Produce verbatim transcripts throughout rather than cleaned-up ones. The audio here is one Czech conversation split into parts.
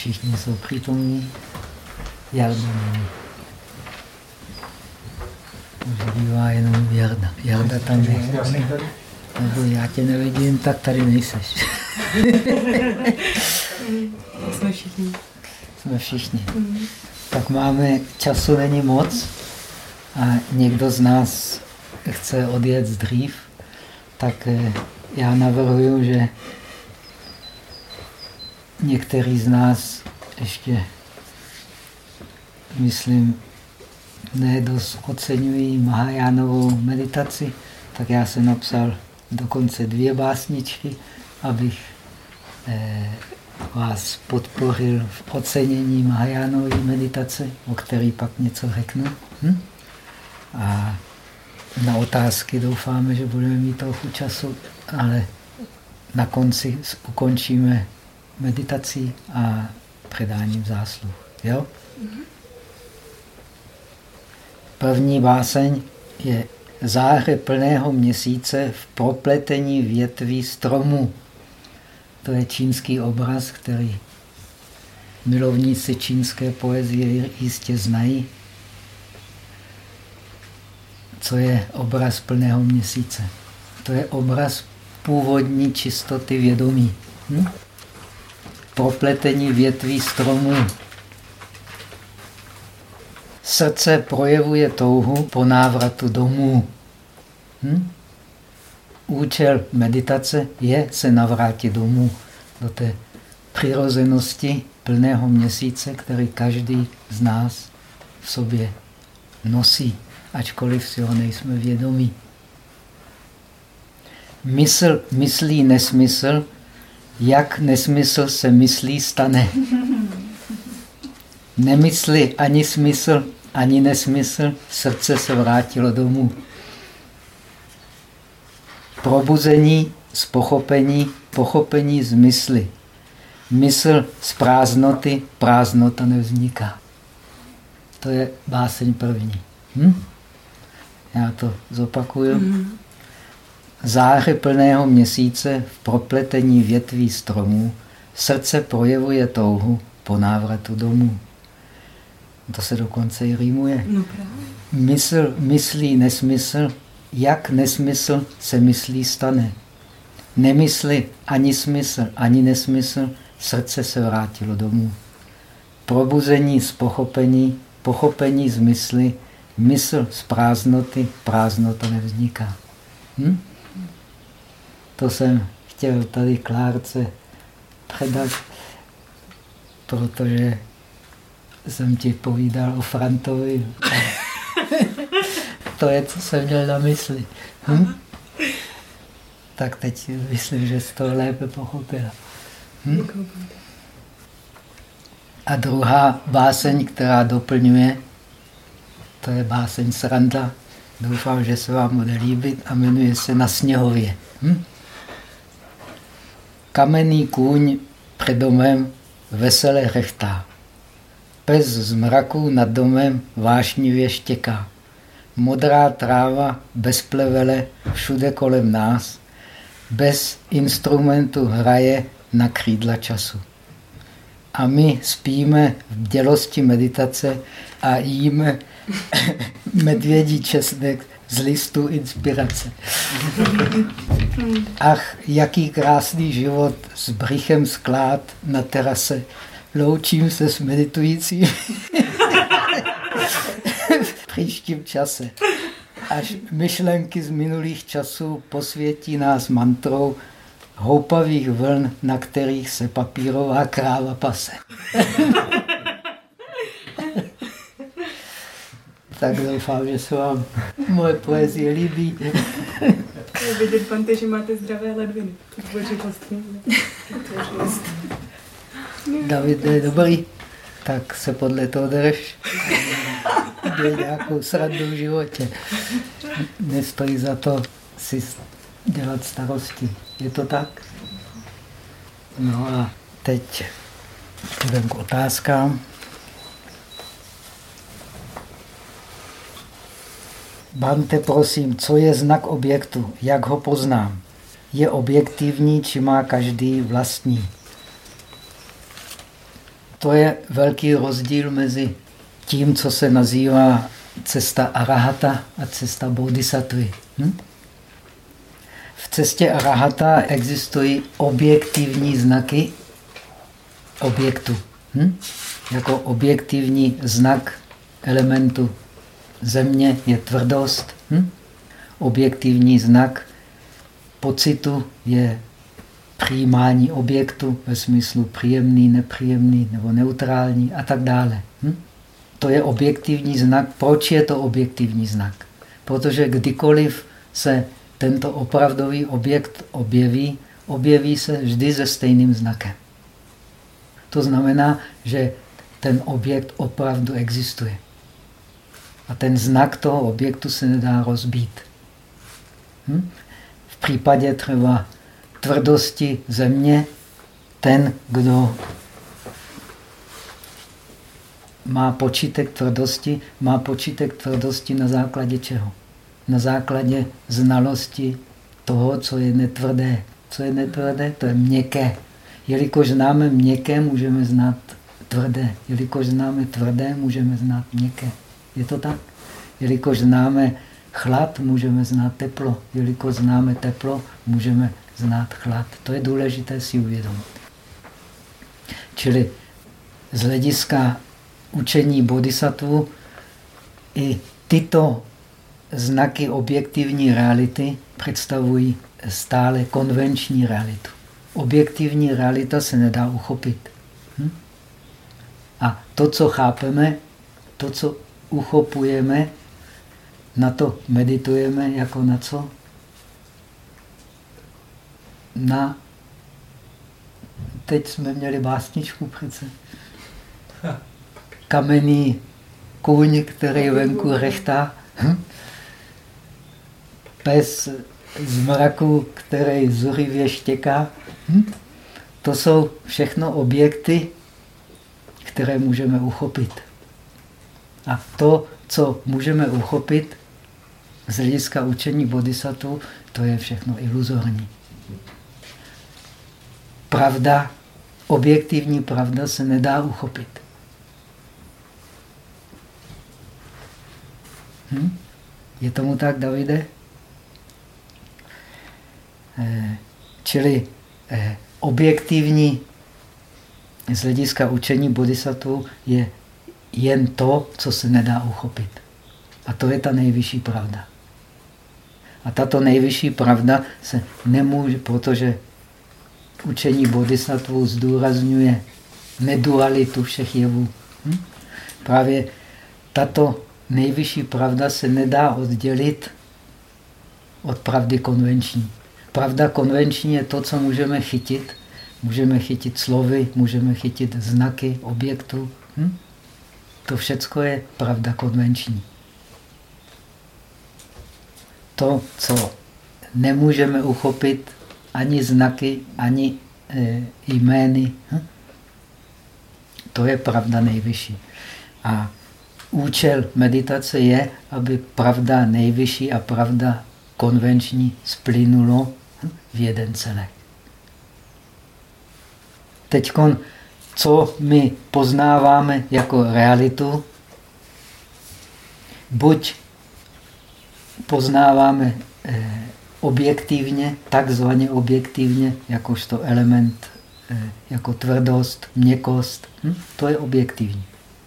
Všichni jsou přítomní. Jarda není. Už bývá jenom Jarda. Jarda tam není. Nebo já tě nevidím, tak tady nejseš. Jsme všichni. Jsme všichni. Tak máme, času není moc a někdo z nás chce odjet dřív, tak já navrhuju, že některý z nás ještě, myslím, ne dost oceňují Mahajánovou meditaci, tak já jsem napsal dokonce dvě básničky, abych eh, vás podpořil v ocenění Mahajánové meditace, o který pak něco řeknu. Hm? A na otázky doufáme, že budeme mít trochu času, ale na konci ukončíme meditací a předáním zásluh. Jo? První báseň je záře plného měsíce v propletení větví stromů. To je čínský obraz, který milovníci čínské poezie jistě znají. Co je obraz plného měsíce? To je obraz původní čistoty vědomí. Hm? Propletení větví stromů. Srdce projevuje touhu po návratu domů. Hm? Účel meditace je se navrátit domů do té přirozenosti plného měsíce, který každý z nás v sobě nosí, ačkoliv si ho nejsme vědomí. Mysl myslí nesmysl, jak nesmysl se myslí stane. Nemyslí ani smysl, ani nesmysl, srdce se vrátilo domů. Probuzení z pochopení, pochopení z mysli. Mysl z prázdnoty, prázdnota nevzniká. To je báseň první. Hm? Já to zopakuju. Mm. Záře plného měsíce v propletení větví stromů srdce projevuje touhu po návratu domů. To se dokonce i rýmuje. No právě. Mysl myslí nesmysl, jak nesmysl se myslí stane. Nemysli ani smysl, ani nesmysl, srdce se vrátilo domů. Probuzení z pochopení, pochopení z mysli, mysl z prázdnoty, prázdnota nevzniká. Hm? To jsem chtěl tady Klárce předat, protože jsem ti povídal o Frantovi. To je, co jsem měl na mysli. Hm? Tak teď myslím, že jsi to lépe pochopila. Hm? A druhá báseň, která doplňuje, to je báseň Sranda. Doufám, že se vám bude líbit a jmenuje se Na sněhově. Hm? Kamenný kůň před domem vesele řechtá. Pes z mraku nad domem vášnivě štěká. Modrá tráva bez plevele všude kolem nás, bez instrumentu hraje na křídla času. A my spíme v bdělosti meditace a jíme medvědí česnek z listů inspirace. Ach, jaký krásný život s břichem sklád na terase. Loučím se s meditujícím v příštím čase. Až myšlenky z minulých časů posvětí nás mantrou houpavých vln, na kterých se papírová kráva pase. Tak doufám, že se vám moje poezie líbí. Je vidět, Bhante, že máte zdravé ledviny. David je dobrý, tak se podle toho jdeš. Děj nějakou srandu v životě. Nestojí za to si dělat starosti. Je to tak? No a teď půjdeme k otázkám. Bhante, prosím, co je znak objektu? Jak ho poznám? Je objektivní, či má každý vlastní? to je velký rozdíl mezi tím, co se nazývá cesta arahata a cesta bodhisattvy. Hm? V cestě arahata existují objektivní znaky objektu. Hm? Jako objektivní znak elementu země je tvrdost. Hm? Objektivní znak pocitu je přijímání objektu ve smyslu příjemný, nepříjemný nebo neutrální a tak dále. Hm? To je objektivní znak. Proč je to objektivní znak? Protože kdykoliv se tento opravdový objekt objeví, objeví se vždy se stejným znakem. To znamená, že ten objekt opravdu existuje. A ten znak toho objektu se nedá rozbít. Hm? V případě třeba tvrdosti země, ten, kdo má počítek tvrdosti, má počítek tvrdosti na základě čeho? Na základě znalosti toho, co je netvrdé. Co je netvrdé? To je měkké. Jelikož známe měkké, můžeme znát tvrdé. Jelikož známe tvrdé, můžeme znát měkké. Je to tak? Jelikož známe chlad, můžeme znát teplo. Jelikož známe teplo, můžeme znát chlad. To je důležité si uvědomit. Čili z hlediska učení bodhisattvu i tyto znaky objektivní reality představují stále konvenční realitu. Objektivní realita se nedá uchopit. Hm? A to, co chápeme, to, co uchopujeme, na to meditujeme jako na co? Na... Teď jsme měli básničku přece. Kamenný kůň, který venku rechtá. Hm? Pes z mraku, který zuřivě štěká. Hm? To jsou všechno objekty, které můžeme uchopit. A to, co můžeme uchopit z hlediska učení bodhisattva, to je všechno iluzorní. Pravda, objektivní pravda se nedá uchopit. Hm? Je tomu tak, Davide? Eh, čili eh, objektivní z hlediska učení bodhisattva je jen to, co se nedá uchopit. A to je ta nejvyšší pravda. A tato nejvyšší pravda se nemůže, protože učení bodhisattva zdůrazňuje nedualitu všech jevů. Hm? Právě tato nejvyšší pravda se nedá oddělit od pravdy konvenční. Pravda konvenční je to, co můžeme chytit. Můžeme chytit slovy, můžeme chytit znaky objektů. Hm? To všecko je pravda konvenční. To, co nemůžeme uchopit, ani znaky, ani e, jmény, hm? to je pravda nejvyšší. A účel meditace je, aby pravda nejvyšší a pravda konvenční splynulo hm? v jeden celek. Teď, co my poznáváme jako realitu, buď poznáváme eh, objektivně, takzvaně objektivně, jakožto element, eh, jako tvrdost, měkkost, hm? to je objektivní.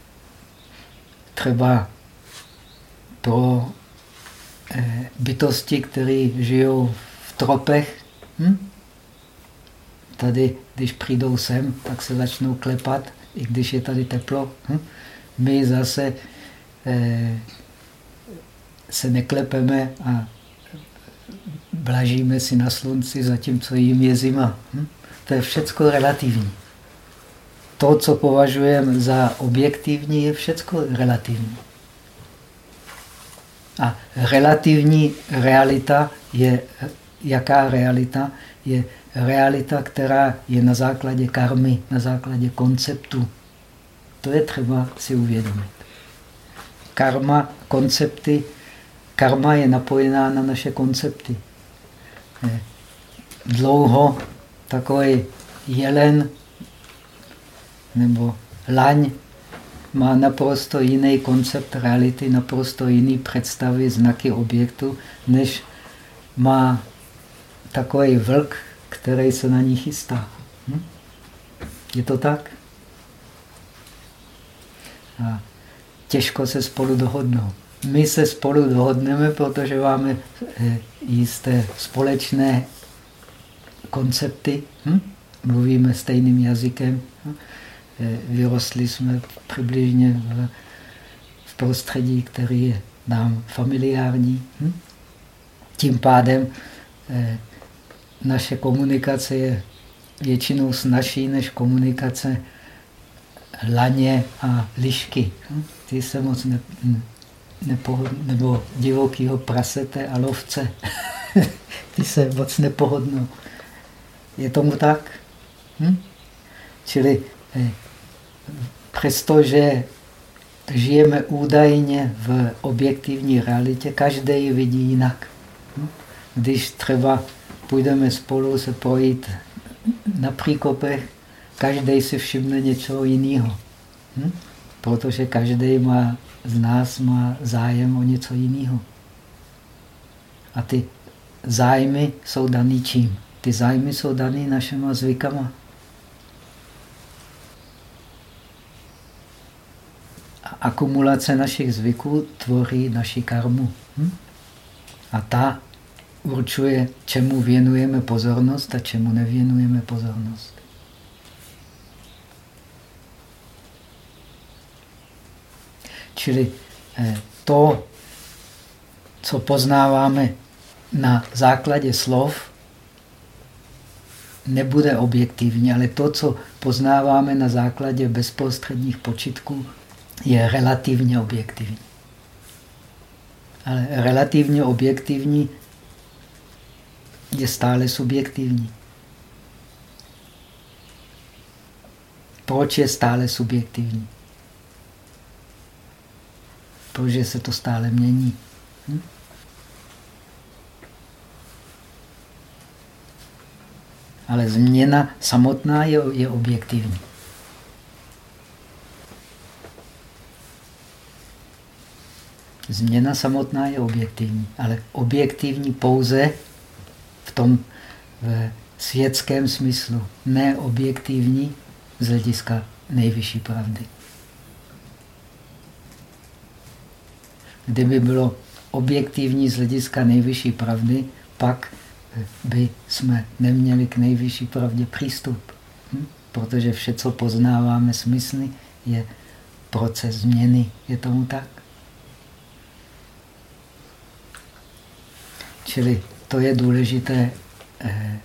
Třeba pro eh, bytosti, které žijou v tropech, hm? tady, když přijdou sem, tak se začnou klepat, i když je tady teplo. Hm? My zase eh, se neklepeme a blažíme si na slunci, zatímco jim je zima. Hm? To je všecko relativní. To, co považujeme za objektivní, je všecko relativní. A relativní realita je, jaká realita? Je realita, která je na základě karmy, na základě konceptu. To je třeba si uvědomit. Karma, koncepty, karma je napojená na naše koncepty. Dlouho takový jelen nebo laň má naprosto jiný koncept reality, naprosto jiný představy, znaky objektu, než má takový vlk, který se na ní chystá. Hm? Je to tak? A těžko se spolu dohodnou. My se spolu dohodneme, protože máme jisté společné koncepty, hm? Mluvíme stejným jazykem, hm? Vyrostli jsme přibližně v, v prostředí, který je nám familiární. Hm? Tím pádem eh, naše komunikace je většinou snazší než komunikace laně a lišky. Hm? Ty se moc ne, nepohodnou, nebo divokýho prasete a lovce. Ty se moc nepohodnou. Je tomu tak? Hm? Čili eh, přestože žijeme údajně v objektivní realitě, každý ji vidí jinak. Hm? Když třeba půjdeme spolu se projít na příkopech, každý si všimne něčeho jiného. Hm? Protože každý má, z nás má zájem o něco jiného. A ty zájmy jsou daný čím? Ty zájmy jsou daný našima zvykama. A akumulace našich zvyků tvoří naši karmu. Hm? A ta určuje, čemu věnujeme pozornost a čemu nevěnujeme pozornost. Čili to, co poznáváme na základě slov, nebude objektivní, ale to, co poznáváme na základě bezprostředních počitků, je relativně objektivní. Ale relativně objektivní je stále subjektivní. Proč je stále subjektivní? Protože se to stále mění. Hm? Ale změna samotná je, je objektivní. Změna samotná je objektivní, ale objektivní pouze v tom v světském smyslu, ne objektivní z hlediska nejvyšší pravdy. Kdyby bylo objektivní z hlediska nejvyšší pravdy, pak by jsme neměli k nejvyšší pravdě přístup. Hm? Protože vše, co poznáváme smysly, je proces změny. Je tomu tak? Čili to je důležité. Eh,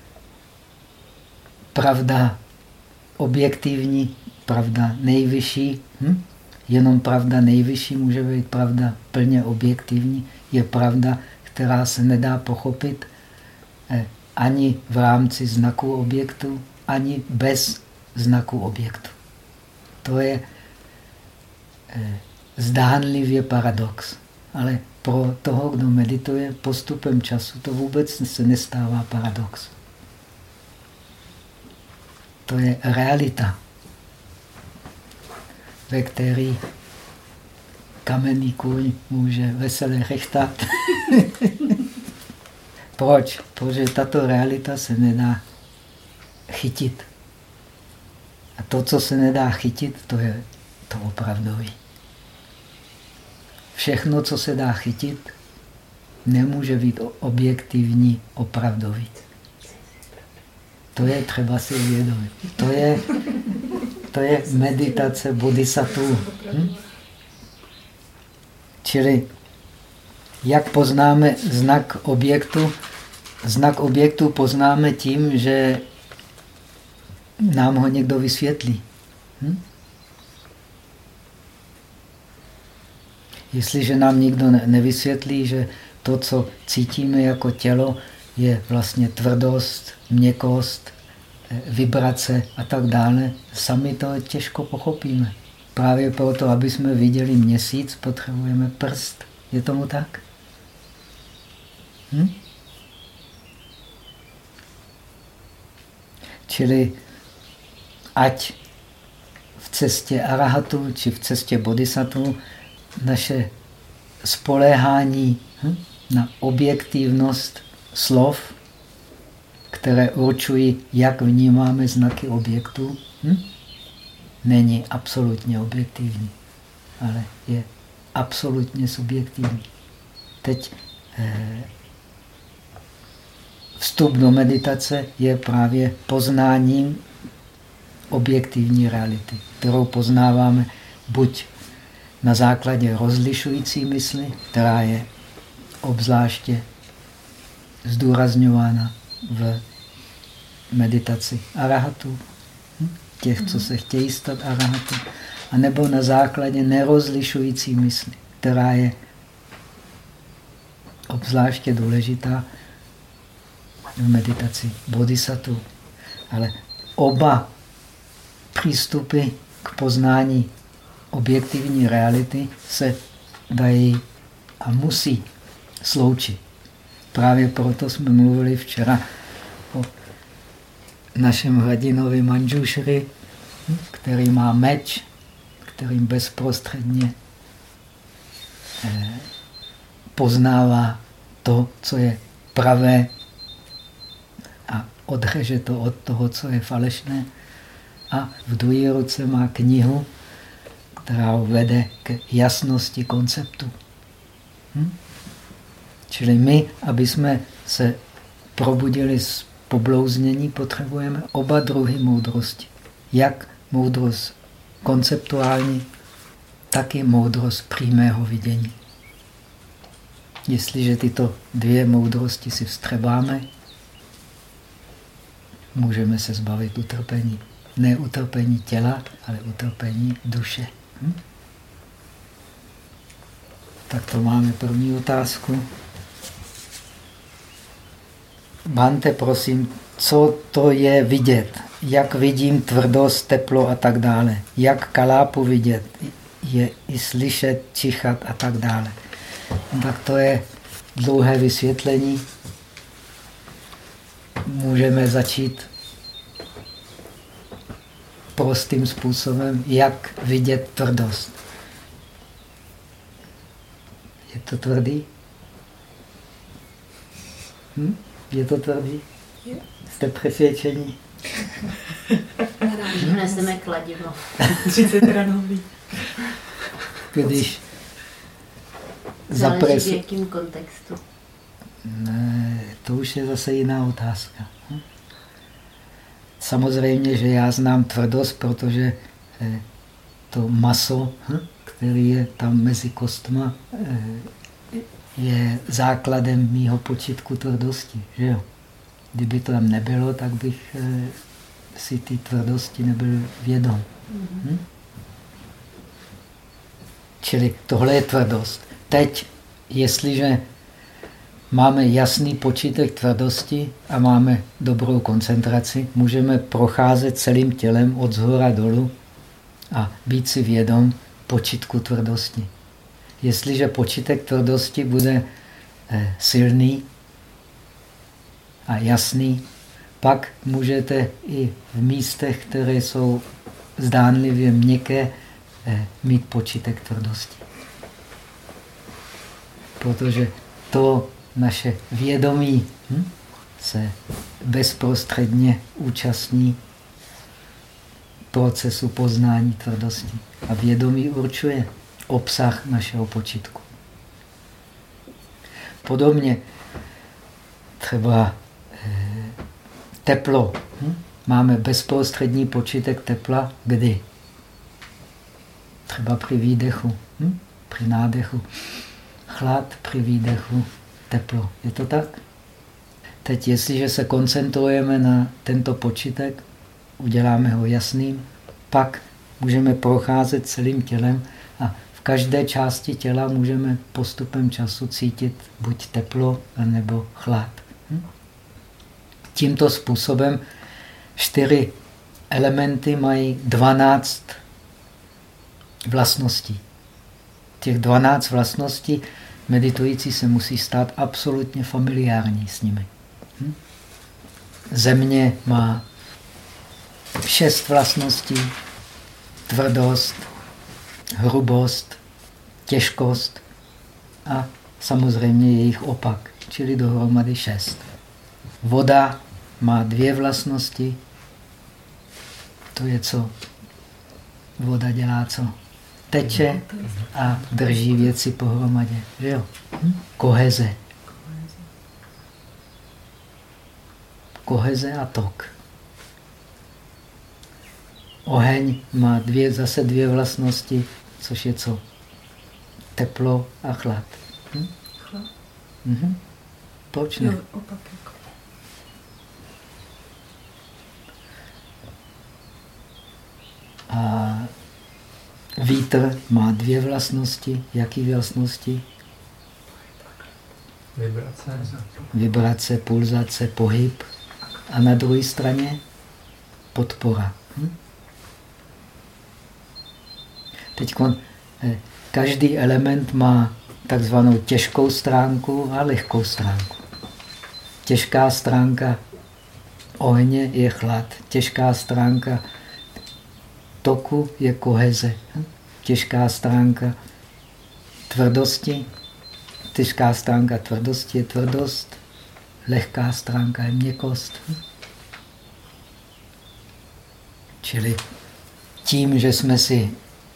pravda objektivní, pravda nejvyšší. Hm? Jenom pravda nejvyšší může být pravda plně objektivní. Je pravda, která se nedá pochopit eh, ani v rámci znaku objektu, ani bez znaku objektu. To je eh, zdánlivě paradox. Ale pro toho, kdo medituje postupem času, to vůbec se nestává paradox. To je realita, ve které kamenný kůň může veselé řechtat. Proč? Protože tato realita se nedá chytit. A to, co se nedá chytit, to je to opravdový. Všechno, co se dá chytit, nemůže být objektivní, opravdový. To je třeba si uvědomit. To je, to je meditace bodhisattva. Hm? Čili jak poznáme znak objektu? Znak objektu poznáme tím, že nám ho někdo vysvětlí. Hm? Jestliže nám nikdo nevysvětlí, že to, co cítíme jako tělo, je vlastně tvrdost, měkkost, vibrace a tak dále, sami to těžko pochopíme. Právě proto, aby jsme viděli měsíc, potřebujeme prst. Je tomu tak? Hm? Čili ať v cestě arahatu či v cestě bodhisattva naše spoléhání hm, na objektivnost slov, které určují, jak vnímáme znaky objektů, hm, není absolutně objektivní, ale je absolutně subjektivní. Teď eh, vstup do meditace je právě poznáním objektivní reality, kterou poznáváme buď na základě rozlišující mysli, která je obzvláště zdůrazňována v meditaci arahatu, těch, co se chtějí stát arahatu, anebo na základě nerozlišující mysli, která je obzvláště důležitá v meditaci bodhisattva. Ale oba přístupy k poznání objektivní reality se dají a musí sloučit. Právě proto jsme mluvili včera o našem hrdinovi Manjushri, který má meč, kterým bezprostředně poznává to, co je pravé a odřeže to od toho, co je falešné. A v druhé ruce má knihu, která ho vede k jasnosti konceptu. Hm? Čili my, aby jsme se probudili z poblouznění, potřebujeme oba druhy moudrosti. Jak moudrost konceptuální, tak i moudrost přímého vidění. Jestliže tyto dvě moudrosti si vstřebáme, můžeme se zbavit utrpení. Ne utrpení těla, ale utrpení duše. Hm? Tak to máme první otázku. Bhante, prosím, co to je vidět? Jak vidím tvrdost, teplo a tak dále? Jak kalápu vidět? Je i slyšet, čichat a tak dále. Tak to je dlouhé vysvětlení. Můžeme začít prostým způsobem, jak vidět tvrdost. Je to tvrdý? Hm? Je to tvrdý? Jste přesvědčení? Neseme kladivo. třicet ranový. Když záleží zapres... v jakém kontextu. Ne, to už je zase jiná otázka. Samozřejmě, že já znám tvrdost, protože to maso, který je tam mezi kostma, je základem mýho počitku tvrdosti. Že jo? Kdyby to tam nebylo, tak bych si ty tvrdosti nebyl vědom. Hm? Čili tohle je tvrdost. Teď, jestliže máme jasný počítek tvrdosti a máme dobrou koncentraci, můžeme procházet celým tělem od zhora dolů a být si vědom počítku tvrdosti. Jestliže počítek tvrdosti bude eh, silný a jasný, pak můžete i v místech, které jsou zdánlivě měkké, eh, mít počítek tvrdosti. Protože to naše vědomí hm, se bezprostředně účastní procesu poznání tvrdosti. A vědomí určuje obsah našeho počitku. Podobně třeba eh, teplo. Hm? Máme bezprostřední počítek tepla kdy? Třeba při výdechu, hm? při nádechu. Chlad při výdechu, teplo. Je to tak? Teď, jestliže se koncentrujeme na tento počítek, uděláme ho jasným, pak můžeme procházet celým tělem a v každé části těla můžeme postupem času cítit buď teplo, nebo chlad. Hm? Tímto způsobem čtyři elementy mají dvanáct vlastností. Těch dvanáct vlastností meditující se musí stát absolutně familiární s nimi. Hm? Země má šest vlastností, tvrdost, hrubost, těžkost a samozřejmě jejich opak, čili dohromady šest. Voda má dvě vlastnosti. To je co? Voda dělá co? Teče a drží věci pohromadě. Že jo? Hm? Koheze. Koheze a tok. Oheň má dvě, zase dvě vlastnosti, což je co? Teplo a chlad. Hm? Chlad? Mhm. Proč ne? Jo, opak jako. A vítr má dvě vlastnosti. Jaký vlastnosti? Vibrace. Vibrace, pulzace, pohyb. A na druhé straně podpora. Hm? Teď každý element má takzvanou těžkou stránku a lehkou stránku. Těžká stránka ohně je chlad. Těžká stránka toku je koheze. Těžká stránka tvrdosti. Těžká stránka tvrdosti je tvrdost. Lehká stránka je měkkost. Čili tím, že jsme si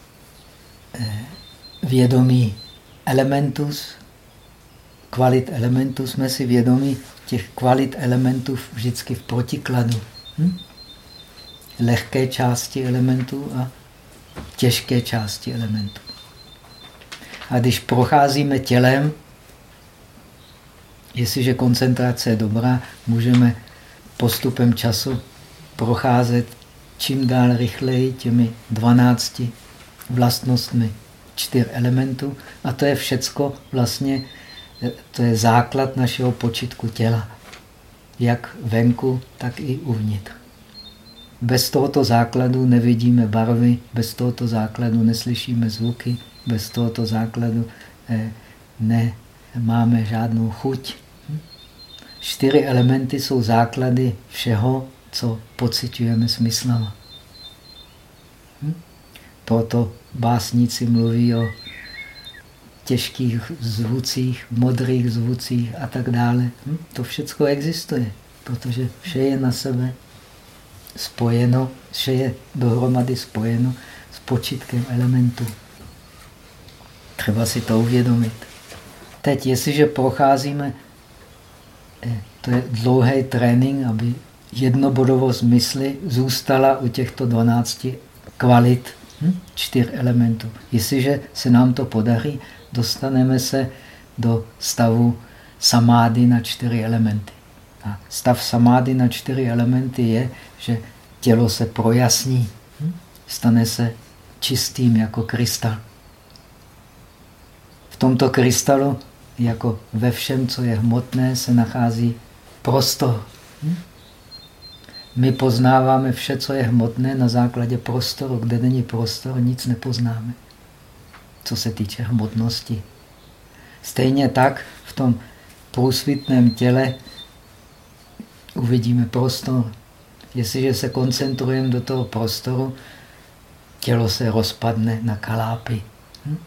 vědomí elementus, kvalit elementů, jsme si vědomí těch kvalit elementů vždycky v protikladu. Hm? Lehké části elementů a těžké části elementů. A když procházíme tělem, jestliže koncentrace je dobrá, můžeme postupem času procházet čím dál rychleji těmi dvanácti vlastnostmi čtyř elementů. A to je všecko vlastně, to je základ našeho počitku těla. Jak venku, tak i uvnitř. Bez tohoto základu nevidíme barvy, bez tohoto základu neslyšíme zvuky, bez tohoto základu eh, nemáme žádnou chuť. Čtyři elementy jsou základy všeho, co pociťujeme smyslama. Hm? Proto básníci mluví o těžkých zvucích, modrých zvucích a tak dále. Hm? To všechno existuje, protože vše je na sebe spojeno, vše je dohromady spojeno s počitkem elementů. Třeba si to uvědomit. Teď, jestliže procházíme, to je dlouhý trénink, aby jednobodovost mysli zůstala u těchto dvanácti kvalit, hm? čtyř elementů. Jestliže se nám to podaří, dostaneme se do stavu samády na čtyři elementy. A stav samády na čtyři elementy je, že tělo se projasní, hm? stane se čistým jako krystal. V tomto krystalu, jako ve všem, co je hmotné, se nachází prostor. Hm? My poznáváme vše, co je hmotné, na základě prostoru. Kde není prostor, nic nepoznáme, co se týče hmotnosti. Stejně tak v tom průsvitném těle uvidíme prostor. Jestliže se koncentrujeme do toho prostoru, tělo se rozpadne na kalápy. Hm?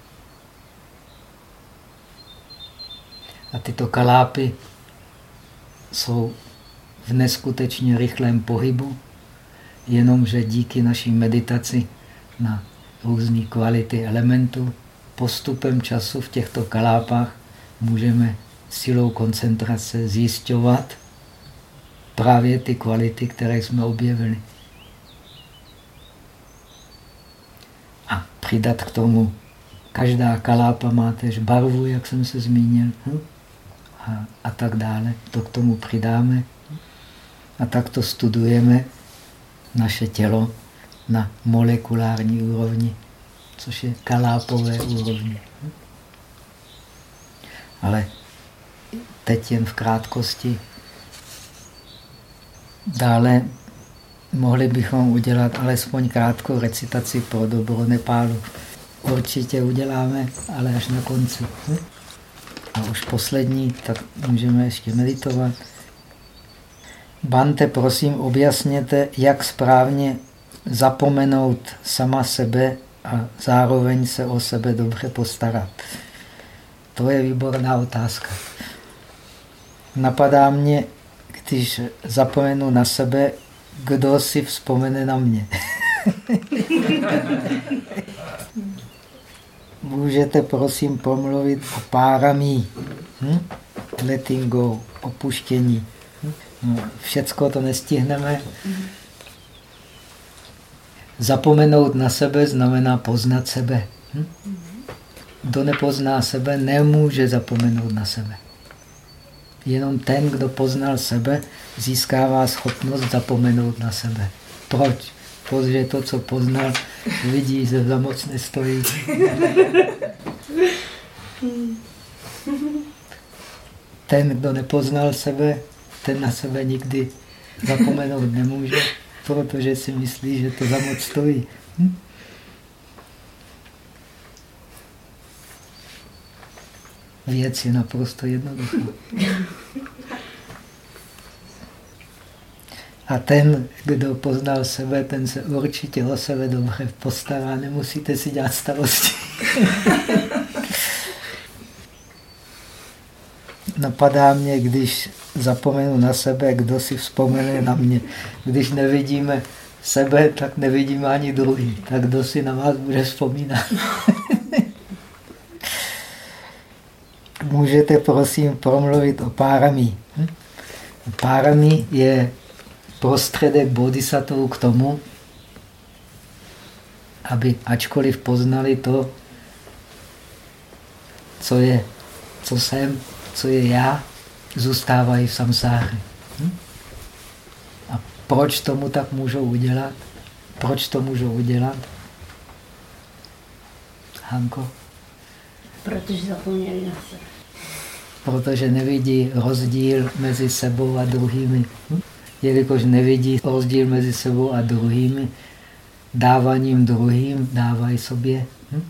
A tyto kalápy jsou v neskutečně rychlém pohybu, jenomže díky naší meditaci na různé kvality elementů postupem času v těchto kalápách můžeme silou koncentrace zjišťovat právě ty kvality, které jsme objevili. A přidat k tomu, každá kalápa má též barvu, jak jsem se zmínil, hm? a, a tak dále. To k tomu přidáme a takto studujeme naše tělo na molekulární úrovni, což je kalápové úrovni. Hm? Ale teď jen v krátkosti. Dále mohli bychom udělat alespoň krátkou recitaci pro dobro Nepálu. Určitě uděláme, ale až na konci. Hm? A už poslední, tak můžeme ještě meditovat. Bhante, prosím, objasněte, jak správně zapomenout sama sebe a zároveň se o sebe dobře postarat? To je výborná otázka. Napadá mě, když zapomenu na sebe, kdo si vzpomene na mě. Můžete prosím pomluvit o páramí, hm? letting go, opuštění. Hm? No, všecko to nestihneme. Zapomenout na sebe znamená poznat sebe. Hm? Kdo nepozná sebe, nemůže zapomenout na sebe. Jenom ten, kdo poznal sebe, získává schopnost zapomenout na sebe. Proč? Protože to, co poznal, vidí, že za moc nestojí. Ten, kdo nepoznal sebe, ten na sebe nikdy zapomenout nemůže, protože si myslí, že to za moc stojí. Hm? Věc je naprosto jednoduchá. A ten, kdo poznal sebe, ten se určitě o sebe dobře postará. Nemusíte si dělat starosti. Napadá mě, když zapomenu na sebe, kdo si vzpomene na mě. Když nevidíme sebe, tak nevidíme ani druhý. Tak kdo si na vás bude vzpomínat? Můžete prosím promluvit o páramí. Hm? Páramí je prostředek bodhisattvů k tomu, aby ačkoliv poznali to, co je, co jsem, co je já, zůstávají v samsáře. Hm? A proč tomu tak můžou udělat? Proč to můžou udělat? Hanko? Protože zapomněli na sebe. Protože nevidí rozdíl mezi sebou a druhými. Hm? Jelikož nevidí rozdíl mezi sebou a druhými, dáváním druhým dávají sobě. Hm?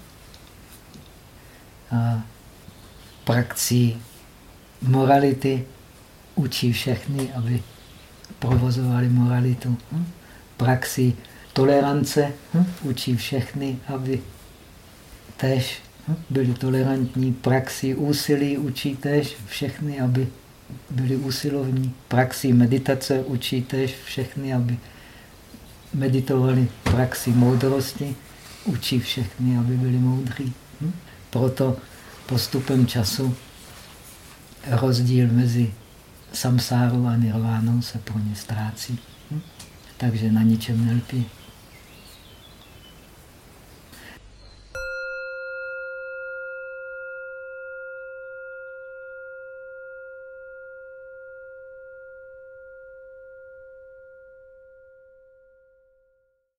A praxí morality učí všechny, aby provozovali moralitu. Hm? Praxí tolerance hm? učí všechny, aby též byli tolerantní. Praxi úsilí učí též všechny, aby byli úsilovní. Praxi meditace učí též všechny, aby meditovali. Praxi moudrosti učí všechny, aby byli moudří. Hm? Proto postupem času rozdíl mezi samsárou a nirvánou se pro ně ztrácí. Hm? Takže na ničem nelpí.